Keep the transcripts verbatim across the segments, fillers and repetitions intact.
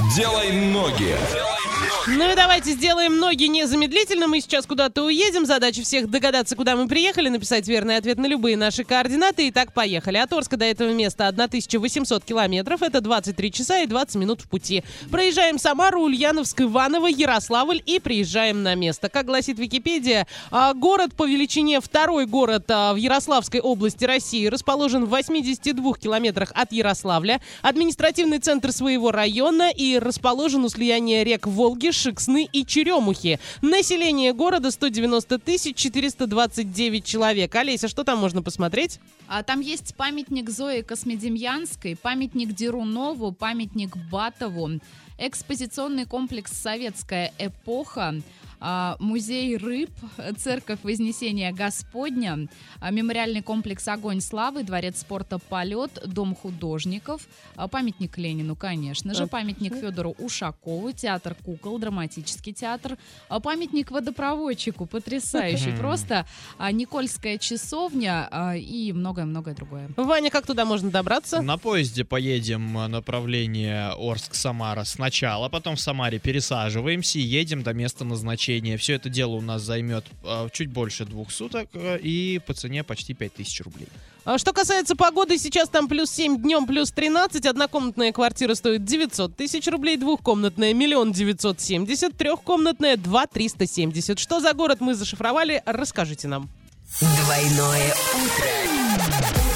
Делай ноги. Ну и давайте сделаем ноги незамедлительно. Мы сейчас куда-то уедем. Задача всех догадаться, куда мы приехали, написать верный ответ на любые наши координаты. Итак, поехали. От Орска до этого места тысяча восемьсот километров. Это двадцать три часа и двадцать минут в пути. Проезжаем Самару, Ульяновск, Иваново, Ярославль и приезжаем на место. Как гласит Википедия, город по величине второй город в Ярославской области России, расположен в восьмидесяти двух километрах от Ярославля. Административный центр своего района и расположен у слияния рек Волги, Шексны и Черемухи. Население города сто девяносто тысяч четыреста двадцать девять человек. Олеся, что там можно посмотреть? А, там есть памятник Зое Космодемьянской, памятник Дерунову, памятник Батову, экспозиционный комплекс «Советская эпоха», музей рыб, церковь Вознесения Господня, мемориальный комплекс «Огонь славы», дворец спорта «Полет», дом художников, памятник Ленину, конечно же, памятник Федору Ушакову, театр кукол, драматический театр, памятник водопроводчику, потрясающий просто, Никольская часовня и многое-многое другое. Ваня, как туда можно добраться? На поезде поедем направление Орск-Самара сначала, потом в Самаре пересаживаемся и едем до места назначения. Все это дело у нас займет э, чуть больше двух суток э, и по цене почти пять тысяч рублей. Что касается погоды, сейчас там плюс семь, днем плюс тринадцать. Однокомнатная квартира стоит девятьсот тысяч рублей, двухкомнатная миллион девятьсот семьдесят, трехкомнатная два триста семьдесят. Что за город мы зашифровали, расскажите нам. Двойное утро.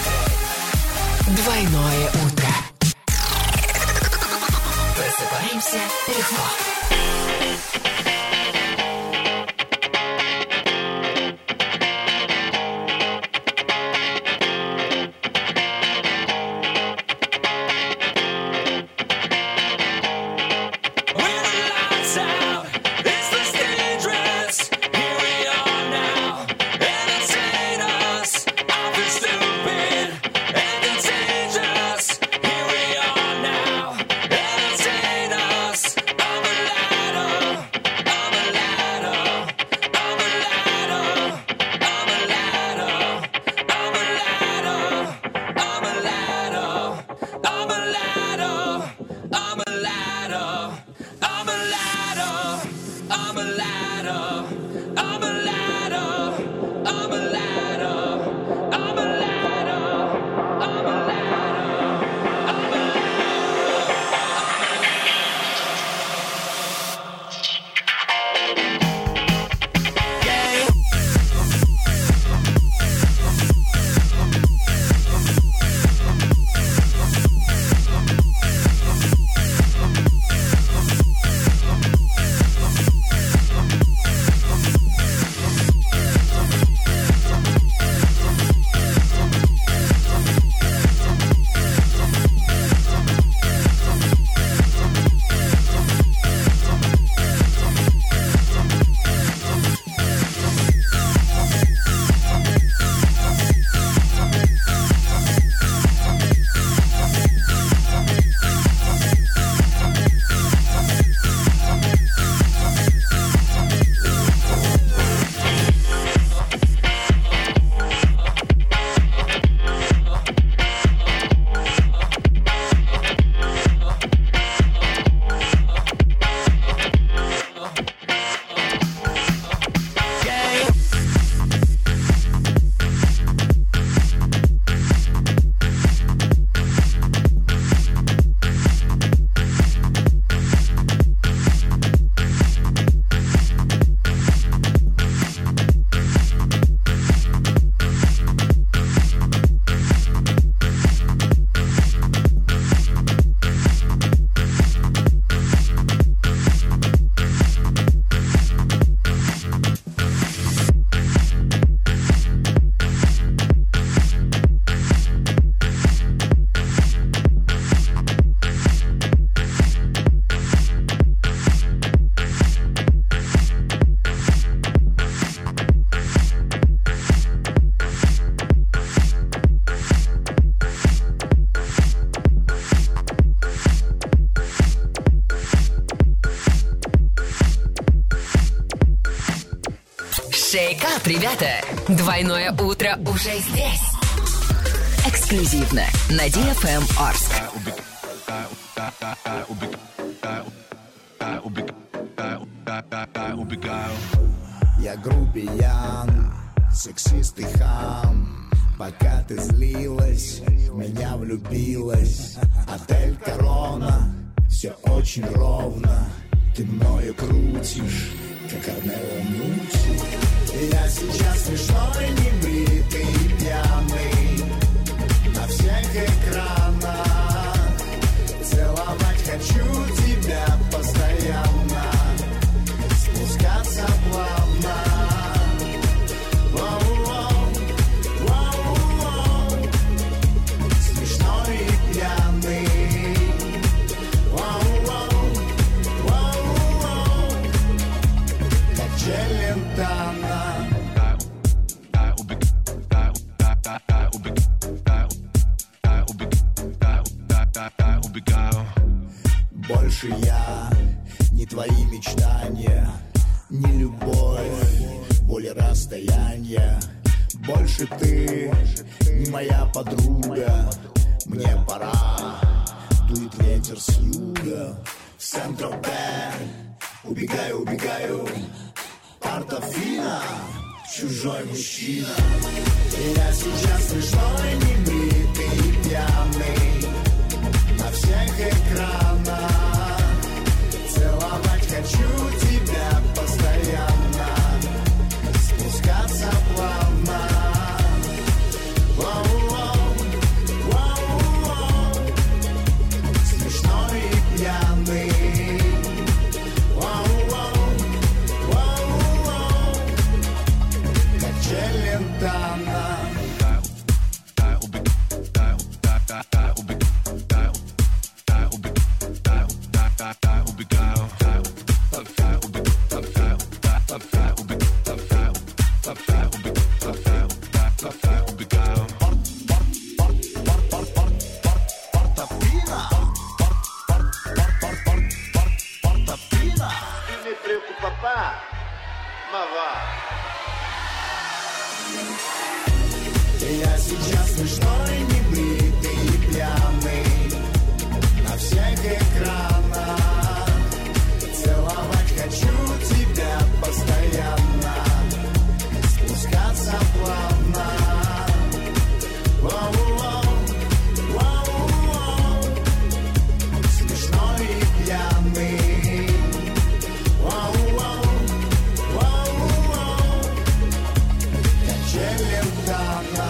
Двойное утро. Просыпаемся легко. Шейкап, ребята! Двойное утро уже здесь. Эксклюзивно на ди эф эм Орск. Я грубиян, сексист и хам. Пока ты злилась, в меня влюбилась. Отель Корона, все очень ровно. Ты мною крутишь, как Арнелла Мучи. Я сейчас смешной, небритый и пьяный. На всех экранах целовать хочу тебя постоянно. Спускаться плавно. Воу-воу, воу-воу. Смешной и пьяный. Воу-воу, воу-воу. Как Челентано. Больше я не твои мечтания, не любовь, боль и расстояние. Больше ты не моя подруга. Мне пора, дует ветер с юга. В Сент-Тропе убегаю, убегаю. Портофино, чужой мужчина. Я сейчас смешной, небритый и пьяный. На всех экранах целовать хочу тебя постоянно. Спускаться плавно. Воу-воу, воу-воу. Смешной и пьяный. Воу-воу, воу-воу. Как Челентано. Я сейчас смешной, небритый и пьяный. На всех экранах целовать хочу тебя постоянно. Спускаться плавно. Воу-воу, воу-воу. Смешной и пьяный. Воу-воу, воу-воу. Как Челентано.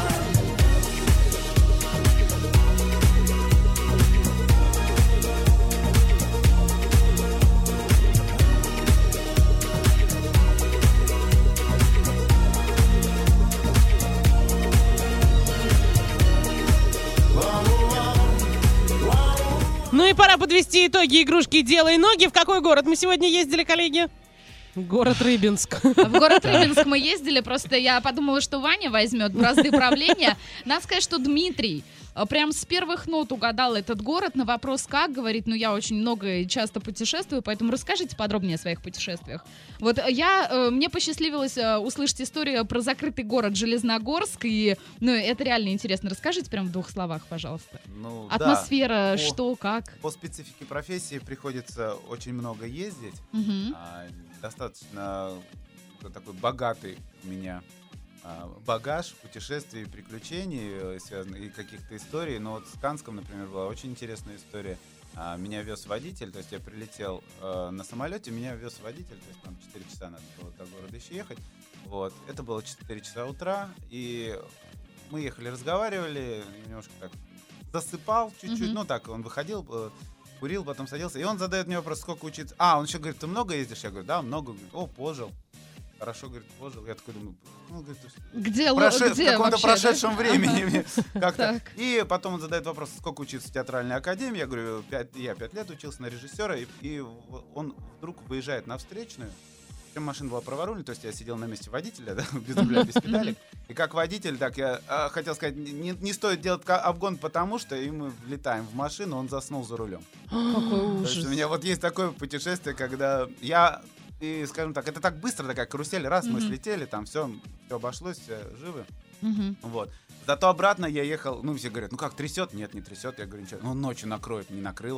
Ну и пора подвести итоги игрушки «Делай ноги». В какой город мы сегодня ездили, коллеги? Город Рыбинск. В город Рыбинск мы ездили, просто я подумала, что Ваня возьмет бразды правления. Надо сказать, что Дмитрий прям с первых нот угадал этот город. На вопрос «как?» говорит, ну я очень много и часто путешествую, поэтому расскажите подробнее о своих путешествиях. Вот я, мне посчастливилось услышать историю про закрытый город Железногорск, и ну, это реально интересно. Расскажите прям в двух словах, пожалуйста. Ну, атмосфера, да. что, как? По специфике профессии приходится очень много ездить. Угу. А, достаточно такой богатый у меня а, багаж путешествий, приключений, связанных и каких-то историй. Но вот с Канском, например, была очень интересная история. А, меня вез водитель, то есть я прилетел а, на самолете, меня вез водитель, то есть там четыре часа надо было до города еще ехать. Вот. Это было четыре часа утра, и мы ехали, разговаривали, немножко так засыпал чуть-чуть, mm-hmm. ну так, он выходил, курил, потом садился, и он задает мне вопрос, сколько учиться. А, он еще говорит, ты много ездишь? Я говорю, да, много. Говорит, о, пожил. Хорошо, говорит, пожил. Я такой думаю, ну, говорит, где, проше... где в каком-то вообще, прошедшем да? времени. Как-то. И потом он задает вопрос, сколько учиться в театральной академии. Я говорю, я пять лет учился на режиссера, и, и он вдруг выезжает на встречную. Прям машина была праворульная, то есть я сидел на месте водителя, да, без руля, без педалек. И как водитель, так я а, хотел сказать, не, не стоит делать обгон, потому что и мы влетаем в машину, он заснул за рулем. Какой ужас. То есть у меня вот есть такое путешествие, когда я, и, скажем так, это так быстро, такая карусель, раз, mm-hmm. мы слетели, там все, все обошлось, все живы. Mm-hmm. Вот. Зато обратно я ехал, ну все говорят, ну как, трясет? Нет, не трясет. Я говорю, ничего, ну ночью накроет, не накрыло.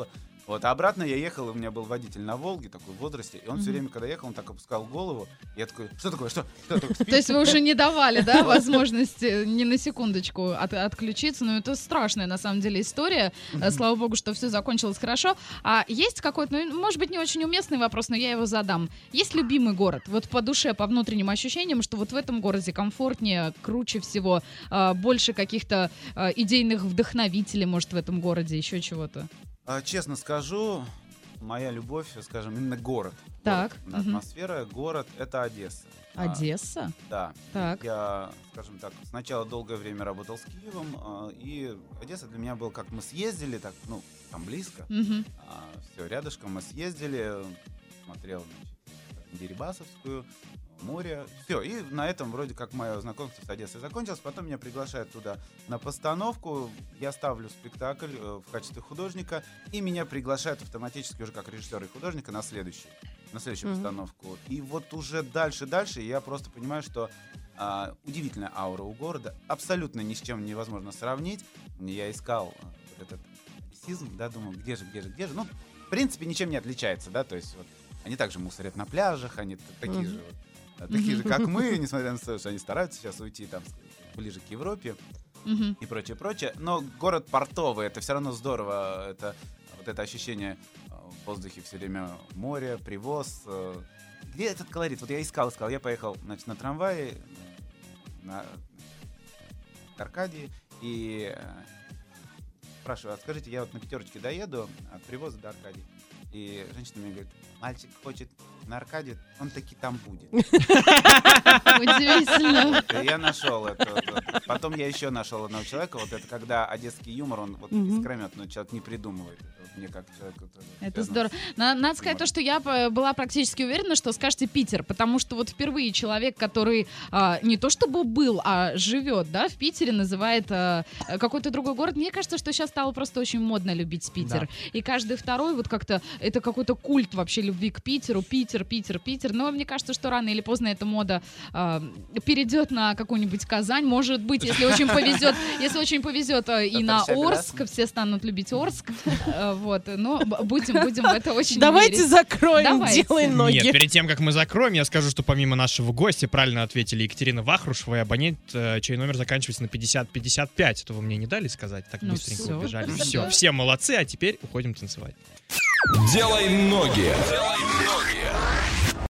Вот, а обратно я ехал, и у меня был водитель на Волге, такой в возрасте, и он все время, когда ехал, он так опускал голову, и я такой, что такое, что? Что такое? То есть вы уже не давали, да, возможности ни на секундочку от- отключиться. Ну, это страшная, на самом деле, история. Э, Слава богу, что все закончилось хорошо. А есть какой-то, ну, может быть, не очень уместный вопрос, но я его задам. Есть любимый город? Вот по душе, по внутренним ощущениям, что вот в этом городе комфортнее, круче всего, э, больше каких-то э, идейных вдохновителей, может, в этом городе, еще чего-то? А, честно скажу, моя любовь, скажем, именно город. Так, Город, мгм. атмосфера, город — это Одесса. А, Одесса? да. Так. Я, скажем так, сначала долгое время работал с Киевом, а, и Одесса для меня был, как мы съездили, так, ну, там близко, Мгм. все рядышком мы съездили, смотрел, значит, Дерибасовскую, море, все, и на этом вроде как мое знакомство с Одессой закончилось. Потом меня приглашают туда на постановку, я ставлю спектакль э, в качестве художника, и меня приглашают автоматически уже как режиссера и художника на следующий, на следующую Мгм. постановку. И вот уже дальше, дальше я просто понимаю, что а, удивительная аура у города, абсолютно ни с чем невозможно сравнить. Я искал а, вот этот сизм, да, думал, где же, где же, где же. Ну, в принципе, ничем не отличается, да, то есть вот они также мусорят на пляжах, они т- такие Мгм. же вот, а, такие же, как мы, несмотря на то, что они стараются сейчас уйти там с- ближе к Европе Мгм. и прочее, прочее. Но город портовый, это все равно здорово, это вот это ощущение э, в воздухе все время море, привоз. э. Где этот колорит? Вот я искал, искал, я поехал, значит, на трамвае э, на к Аркадии и э, спрашиваю, а скажите, я вот на пятерочке доеду от привоза до Аркадии. И женщина мне говорит, мальчик хочет на Аркадию, он таки там будет. Удивительно. И я нашел это. вот, вот. Потом я еще нашел одного человека. Вот это когда одесский юмор, он вот Мгм. искрометный, человек не придумывает. Это вот мне как человеку тоже Это связано здорово. На- Надо сказать юмором. то, что я п- была практически уверена, что скажете Питер, потому что вот впервые человек, который а, не то чтобы был, а живет, да, в Питере, называет а, какой-то другой город. Мне кажется, что сейчас стало просто очень модно любить Питер. И каждый второй вот как-то, это какой-то культ вообще любви к Питеру. Питер, Питер, Питер. Но мне кажется, что рано или поздно эта мода а, перейдет на какую-нибудь Казань. Может быть, если очень повезет, если очень повезет а, и на Татарстан. Орск, все станут любить Орск. А, Вот, но б- будем, будем в это очень Давайте верить. закроем, Давайте. делай ноги. Нет, перед тем, как мы закроем, я скажу, что помимо нашего гостя правильно ответили Екатерина Вахрушева и абонент, э, чей номер заканчивается на пятьдесят пятьдесят пять. Это вы мне не дали сказать? Так Ну быстренько всё. убежали. Да. Все, все молодцы, а теперь уходим танцевать. Делай ноги. Делай ноги.